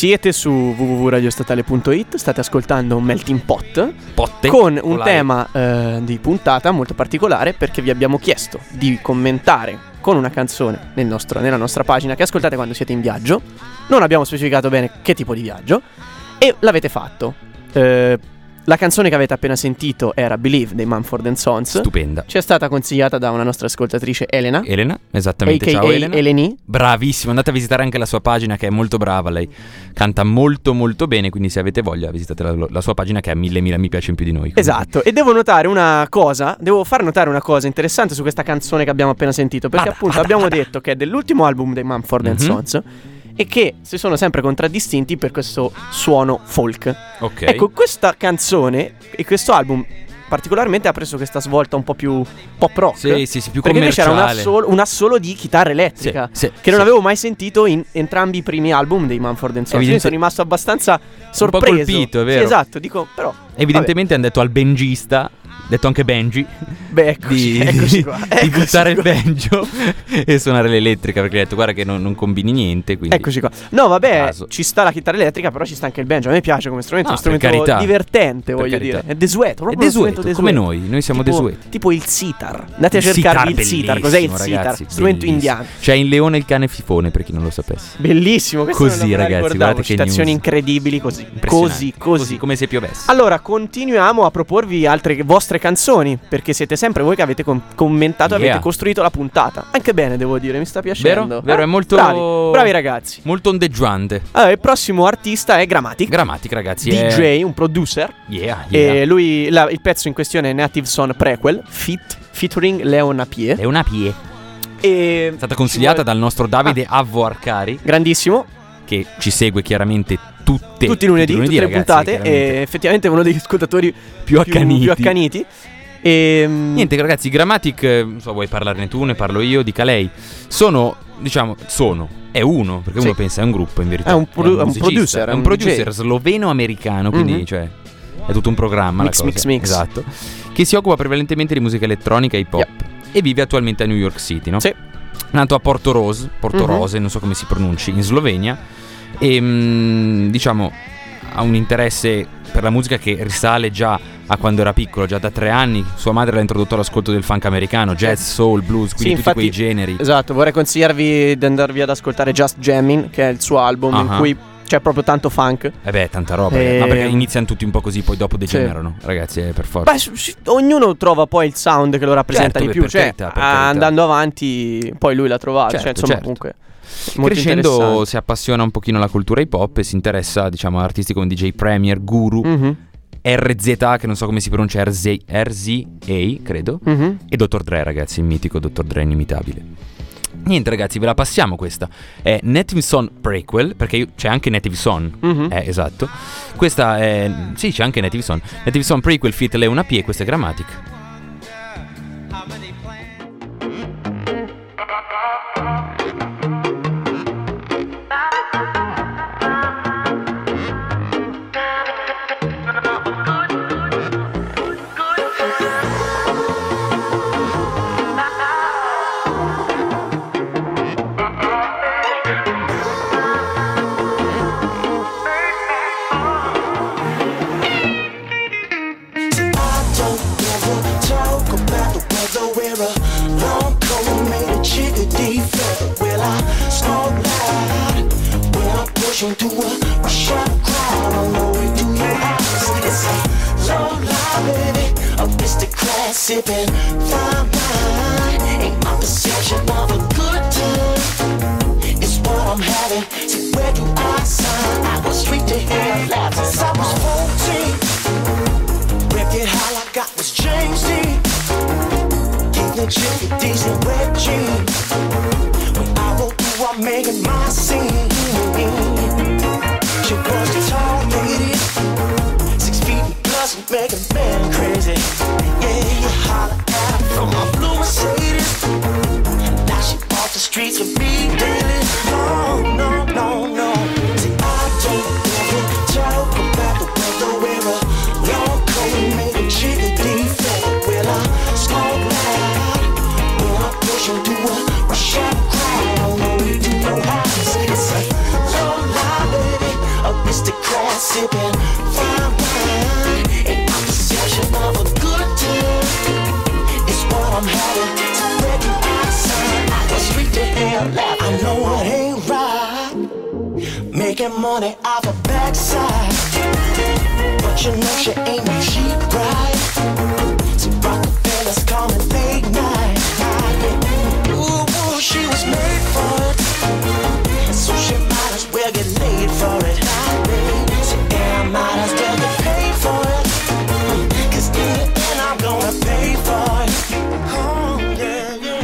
Siete su w w w punto radiostatale punto it, state ascoltando un Melting Pot Potte con un polare. tema eh, di puntata molto particolare, perché vi abbiamo chiesto di commentare con una canzone nel nostro, nella nostra pagina che ascoltate quando siete in viaggio. Non abbiamo specificato bene che tipo di viaggio e l'avete fatto. Eh, la canzone che avete appena sentito era Believe dei Mumford and Sons. Stupenda. Ci è stata consigliata da una nostra ascoltatrice, Elena. Elena, esattamente, A K A ciao Elena. Eleni. Bravissimo, andate a visitare anche la sua pagina che è molto brava, lei canta molto molto bene, quindi se avete voglia visitate la, la sua pagina che ha mille mila mi piace in più di noi. Comunque. Esatto, e devo notare una cosa, devo far notare una cosa interessante su questa canzone che abbiamo appena sentito, perché Vada, appunto vada, abbiamo vada. detto che è dell'ultimo album dei Mumford and Mhm. Sons e che si sono sempre contraddistinti per questo suono folk. Ok. Ecco, questa canzone e questo album particolarmente ha preso questa svolta un po' più pop rock. Sì, sì, sì, più perché invece era un commerciale. assolo, un assolo di chitarra elettrica Sì, sì, che non sì. avevo mai sentito in entrambi i primi album dei Mumford and Sons. Quindi Evidente- sono rimasto abbastanza po' sorpreso. colpito, è vero. Sì, esatto, dico però Evidentemente hanno detto al bengista, detto anche Benji, beh, eccoci, di, eccoci qua, di eccoci buttare qua. il banjo e suonare l'elettrica, perché ha detto guarda che non, non combini niente, quindi Eccoci qua. No, vabbè, Caso. ci sta la chitarra elettrica, però ci sta anche il banjo. A me piace come strumento, Ah, è un strumento per carità. divertente, Per voglio carità. dire. È desueto, proprio È uno strumento desueto, come desueto. noi, noi siamo tipo, desueti. Tipo il sitar. Andate a Il cercarvi il sitar, sitar. Cos'è il bellissimo, sitar? ragazzi, Strumento bellissimo. indiano. C'è in Leone il cane fifone, per chi non lo sapesse. Bellissimo, questo Così, non me la ragazzi, ricordavo. guardate che Citazioni news. incredibili così. Impressionante. Così, così. come se piovesse. Allora, continuiamo a proporvi altre vostre canzoni, perché siete sempre voi che avete com- commentato, Yeah. avete costruito la puntata. Anche bene, devo dire, mi sta piacendo. Vero? Vero, Eh? è molto Bravi, bravi ragazzi. molto ondeggiante. Allora, il prossimo artista è Grammatic. Grammatic, ragazzi, D J, è... un producer. Yeah, yeah. E lui, la- il pezzo in questione è Native Son Prequel, fit, featuring Leo Napier. È una pie. E È stata consigliata ci vuole- dal nostro Davide Avvo Arcari, Grandissimo, che ci segue chiaramente tutte tutti i lunedì, tutte le ragazzi, puntate. chiaramente. E effettivamente è uno degli ascoltatori Più accaniti. più accaniti. E, Niente ragazzi, Grammatic, eh, non so, vuoi parlarne tu, ne parlo io, dica lei. Sono, diciamo, sono, è uno, perché Sì. uno pensa è un gruppo in verità. È un pro- è un musicista, producer, è è un un producer D J. sloveno-americano, quindi Mhm. cioè è tutto un programma Mix, la cosa. mix, mix. Esatto. Che si occupa prevalentemente di musica elettronica e hip hop e vive attualmente a New York City, no? Sì. Nato a Porto Rose, Porto Mhm. Rose, non so come si pronunci, in Slovenia. E mm, diciamo ha un interesse per la musica che risale già a quando era piccolo, già da tre anni. Sua madre l'ha introdotto all'ascolto del funk americano, jazz, soul, blues, quindi Sì, tutti infatti- quei generi. Esatto, vorrei consigliarvi di andarvi ad ascoltare Just Jammin', che è il suo album in Ah. cui c'è proprio tanto funk. Eh beh, tanta roba, Ehm, ma perché iniziano tutti un po' così, poi dopo degenerano, ragazzi, è per forza. Beh, s- s- ognuno trova poi il sound che lo rappresenta Certo, di beh, più. per Cioè, carità, per ah, carità. andando avanti, poi lui l'ha trovato. Certo, cioè, insomma, certo. comunque. Molto Crescendo interessante. si appassiona un pochino alla cultura hip hop e si interessa, diciamo, a artisti come D J Premier, Guru, Mhm, R Z A, che non so come si pronuncia, R Z A, credo, mhm. e dottor Dre, ragazzi, il mitico dottor Dre inimitabile. Niente ragazzi, ve la passiamo questa. È Native Son Prequel, perché io- c'è anche Native Son. Mhm. Eh, esatto. Questa è... sì, c'è anche Native Son. Native Son Prequel feat Leona P e questa è Grammatic. Talk about the weather where a long coat made a chickadee feather. Well, I snort loud when I'm pushing through a sharp crowd on the way to your house. It's a low lie, baby, aristocrat sipping fine wine. Ain't my perception of a good time. It's what I'm having. See, where do I sign? I was straight to hell lab since I was fourteen. Record all I got was James Dean. Give the chick a decent red jean. When I roll through, I'm making my scene. She was a tall lady, six feet plus, making men crazy. Yeah, you holler at her from my blue Mercedes. Now she off the streets with me daily. No, no, no, no. See, I don't ever talk about the weather where a long coat made a chickadee feather. Well, I smoke loud when I'm pushing through a sharp crowd on the way to your house. It's a low lie, baby, sit there and laugh. I know it ain't right, making money off a backside, but you know she ain't no cheap bride. So Rockefellers call me late night. Ooh, ooh, she was made for it, so she might as well get laid for it. So yeah, I might as well get paid for it, cause in the end I'm gonna pay for it. Oh, yeah, yeah.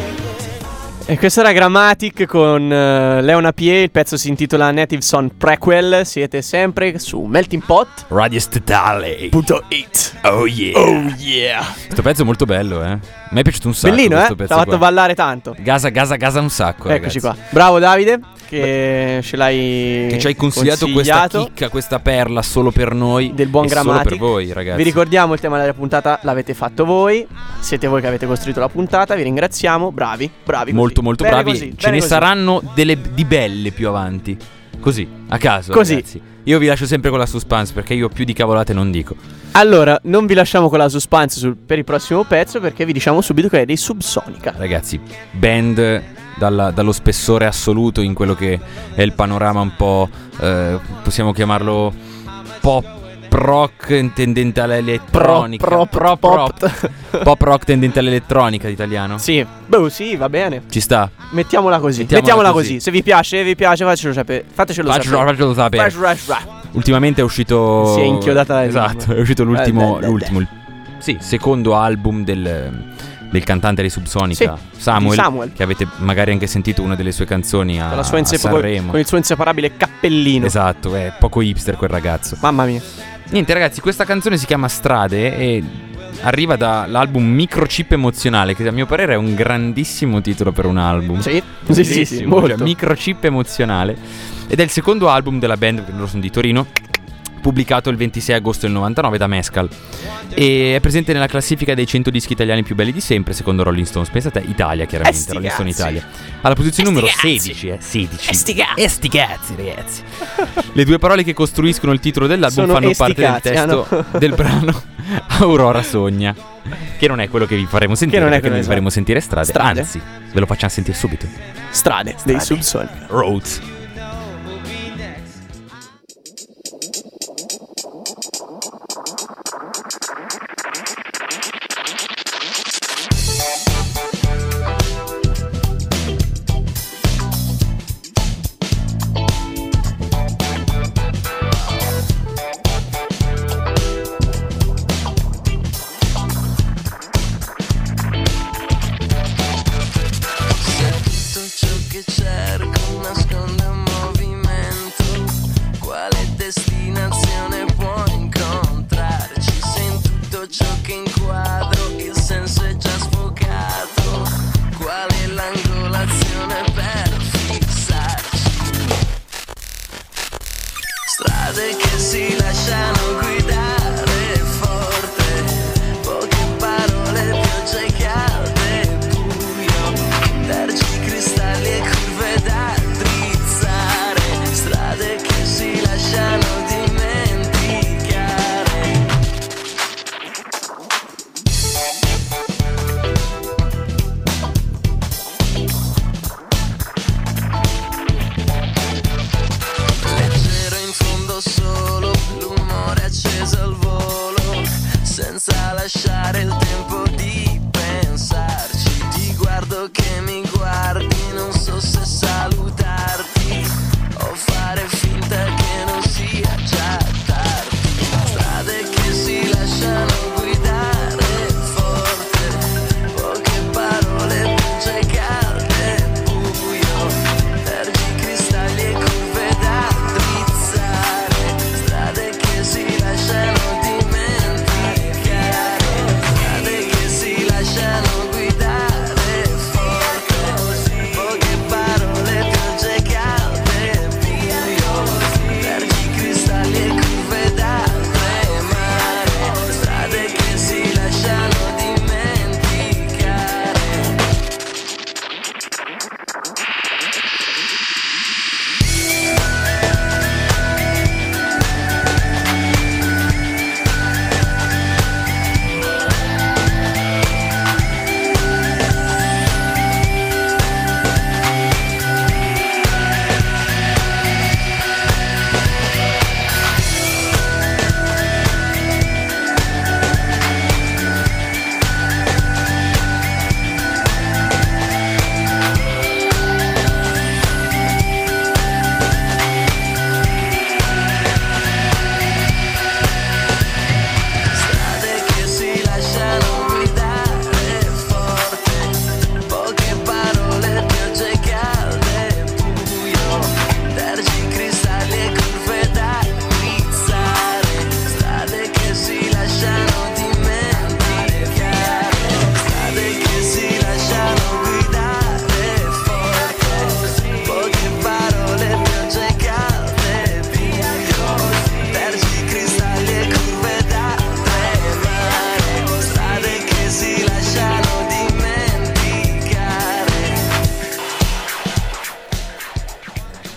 E questo era Grammatic con uh, Leona Pie, il pezzo si intitola Native Son Prequel. Siete sempre su Melting Pot Radio Statale punto it. Oh yeah. Oh yeah. Questo pezzo è molto bello, eh. Mi è piaciuto un sacco. Bellino, questo eh? pezzo Ti ha fatto qua. ballare tanto. Gasa, gasa, gasa un sacco. Eccoci ragazzi. qua. Bravo Davide, che ce l'hai Che ci hai consigliato, consigliato questa chicca, questa perla solo per noi. del buon e Grammatic. solo per voi, ragazzi. Vi ricordiamo il tema della puntata, l'avete fatto voi. Siete voi che avete costruito la puntata. Vi ringraziamo. Bravi, bravi. Così. Molto, molto Bene bravi. così, Ce bene ne così. saranno delle di belle più avanti. Così, a caso. Così. Ragazzi. Io vi lascio sempre con la suspense, perché io più di cavolate non dico. Allora, non vi lasciamo con la suspense sul, per il prossimo pezzo, perché vi diciamo subito che è dei Subsonica. Ragazzi, band dalla- dallo spessore assoluto in quello che è il panorama un po', eh, possiamo chiamarlo pop rock tendente all'elettronica. Pro- pro- pop rock. Pop rock tendente all'elettronica d'italiano. Sì, boh, sì, va bene. Ci sta. Mettiamola così. Mettiamola Mettiamola così. così. Se vi piace, vi piace, fatecelo sapere. Fatecelo Faccelo, sapere. faccelo sapere. Facelo sapere. Ultimamente è uscito. Si è inchiodata la lingua. Esatto, è uscito l'ultimo. Eh, eh, eh, l'ultimo il- sì, secondo album del. Del cantante di Subsonica, Sì, Samuel, di Samuel. che avete magari anche sentito una delle sue canzoni a, Con, la sua a insepa- Sanremo. con il suo inseparabile cappellino. Esatto, è poco hipster quel ragazzo. Mamma mia. Niente ragazzi, questa canzone si chiama Strade e arriva dall'album Microchip Emozionale, che a mio parere è un grandissimo titolo per un album. Sì, sì, sì, sì, Bellissimo, molto. cioè, Microchip Emozionale. Ed è il secondo album della band, perché loro sono di Torino, pubblicato il ventisei agosto del novantanove da Mescal. E è presente nella classifica dei cento dischi italiani più belli di sempre, secondo Rolling Stones. Pensate, Italia chiaramente, Esti Rolling Stone cazzi. Italia. Alla posizione Esti numero cazzi. sedici, eh, sedici. Esti cazzi. Esti cazzi, ragazzi. Le due parole che costruiscono il titolo dell'album Sono fanno esti parte cazzi, del testo ah, no. del brano Aurora Sogna, che non è quello che vi faremo sentire, non è perché quello, vi faremo sentire strade. Strade. Anzi, ve lo facciamo sentire subito. Strade, dei Subsonica. Roads. Tutto ciò che cerco nasconde un movimento. Quale destinazione può incontrarci? Se in tutto ciò che inquadro il senso è già sfocato. Qual è l'angolazione per fissarci? Strade che si lasciano guidare forte. Poche parole, pioggia e calde, buio. Tergi, cristalli e curve da drizzare. Strade che si lasciano dimenticare. Leggero in fondo solo, l'umore acceso al volo, senza lasciare il tempo di pensarci. Ti guardo che mi guardi, non so se salutarti o fare finta che non sia già tardi. Strade che si lasciano guidare forte, poche parole, pioggia e calde, buio. Tergi, cristalli e curve da drizzare. Strade che si lasciano dimenticare. Strade che si lasciano guidare forte. Poche parole,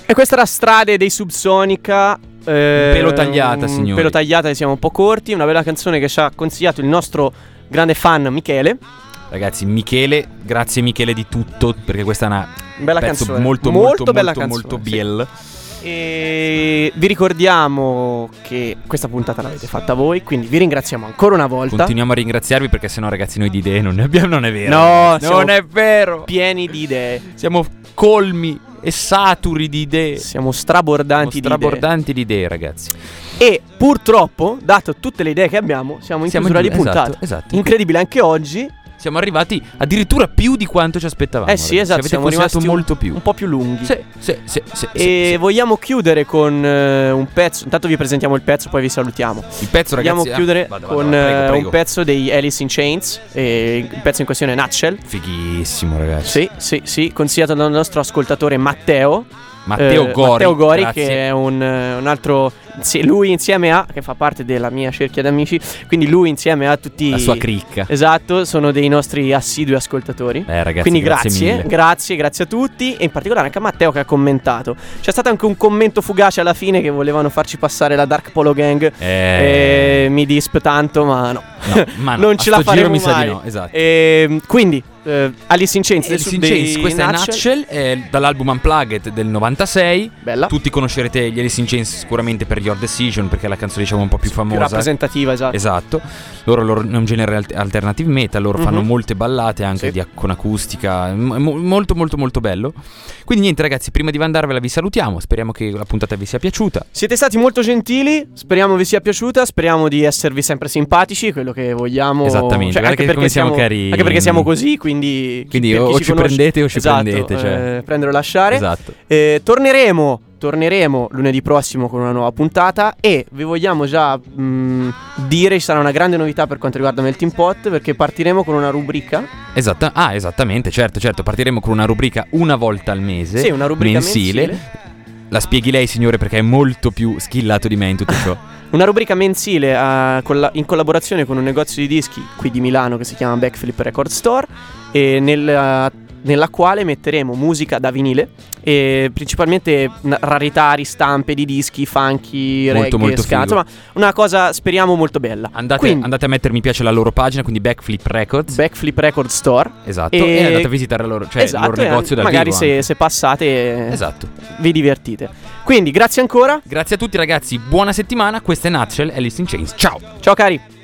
E questa era Strade dei Subsonica. Eh, pelo tagliata, un signori. Pelo tagliata, siamo un po' corti. Una bella canzone che ci ha consigliato il nostro grande fan Michele. Ragazzi, Michele, grazie Michele di tutto, perché questa è una Bella pezzo canzone. molto Molto molto bella molto, canzone, molto sì. biel. E vi ricordiamo che questa puntata l'avete fatta voi, quindi vi ringraziamo ancora una volta. Continuiamo a ringraziarvi perché sennò ragazzi noi di idee non ne abbiamo, non è vero. No, siamo non è vero. pieni di idee. Siamo colmi e saturi di idee. Siamo strabordanti, Siamo strabordanti di idee, ragazzi. di idee. E purtroppo, dato tutte le idee che abbiamo, siamo in Siamo chiusura in- di puntata. esatto, esatto. Incredibile anche oggi. Siamo arrivati addirittura più di quanto ci aspettavamo. Eh sì, ragazzi. esatto, Avete siamo considerato rimasti molto un, più. un po' più lunghi. Sì, sì, sì, sì, E sì, sì. vogliamo chiudere con eh, un pezzo. Intanto vi presentiamo il pezzo, poi vi salutiamo. Il pezzo, ragazzi. Vogliamo ah, chiudere vado, vado, con vado, prego, eh, prego. un pezzo dei Alice in Chains. E il pezzo in questione è Nutshell. Fighissimo, ragazzi. Sì, sì, sì, consigliato dal nostro ascoltatore Matteo. Matteo Eh, Gori. Matteo Gori, grazie. che è un, eh, un altro. Sì, lui insieme a. Che fa parte della mia cerchia d'amici. Quindi lui insieme a tutti. La sua cricca. Esatto, sono dei nostri assidui ascoltatori. Eh, ragazzi, Quindi grazie grazie, mille. grazie, grazie a tutti. E in particolare anche a Matteo che ha commentato. C'è stato anche un commento fugace alla fine che volevano farci passare la Dark Polo Gang. Eh. E mi disp tanto, ma no. No, ma no, non a ce la sto giro faremo mi sa mai. di no, esatto. E, quindi eh, Alice in Chains, Alice dei- in dei Chains, questa è Nutshell, è dall'album Unplugged del novantasei. Bella. Tutti conoscerete gli Alice in Chains sicuramente per Your Decision, perché è la canzone diciamo un po' più più famosa. rappresentativa, esatto. Esatto. Loro, loro è un genere alt- alternative metal, loro Mhm. fanno molte ballate anche Sì. di, con acustica, m- mo- molto molto molto bello. Quindi niente ragazzi, prima di mandarvela vi salutiamo, speriamo che la puntata vi sia piaciuta. Siete stati molto gentili, speriamo vi sia piaciuta, speriamo di esservi sempre simpatici, quello che vogliamo. Esattamente, cioè, guarda anche che perché come siamo carini. Anche perché siamo così, quindi Quindi per o- chi o ci conosce- prendete o ci esatto, prendete, cioè. eh, prendere o lasciare. Esatto. Eh, torneremo Torneremo lunedì prossimo con una nuova puntata e vi vogliamo già mh, dire ci sarà una grande novità per quanto riguarda Melting Pot, perché partiremo con una rubrica. Esatta- ah, esattamente, certo, certo. Partiremo con una rubrica una volta al mese. Sì, una rubrica mensile. mensile. La spieghi lei, signore, perché è molto più skillato di me in tutto ciò. Una rubrica mensile eh, colla- in collaborazione con un negozio di dischi qui di Milano che si chiama Backflip Record Store, e nel, eh, nella quale metteremo musica da vinile e principalmente n- rarità, ristampe di dischi, funky, Molto, reggae, molto ska, figo. insomma una cosa speriamo molto bella. Andate, Quindi, andate a mettere mi piace la loro pagina, quindi Backflip Records. Backflip Record Store. Esatto. E- E, andate a visitare il loro, cioè, esatto, il loro e negozio dal magari vivo se, anche. se passate eh, Esatto. vi divertite. Quindi grazie ancora. Grazie a tutti ragazzi, buona settimana. Questa è Nutshell, Alice in Chains. Ciao. Ciao cari.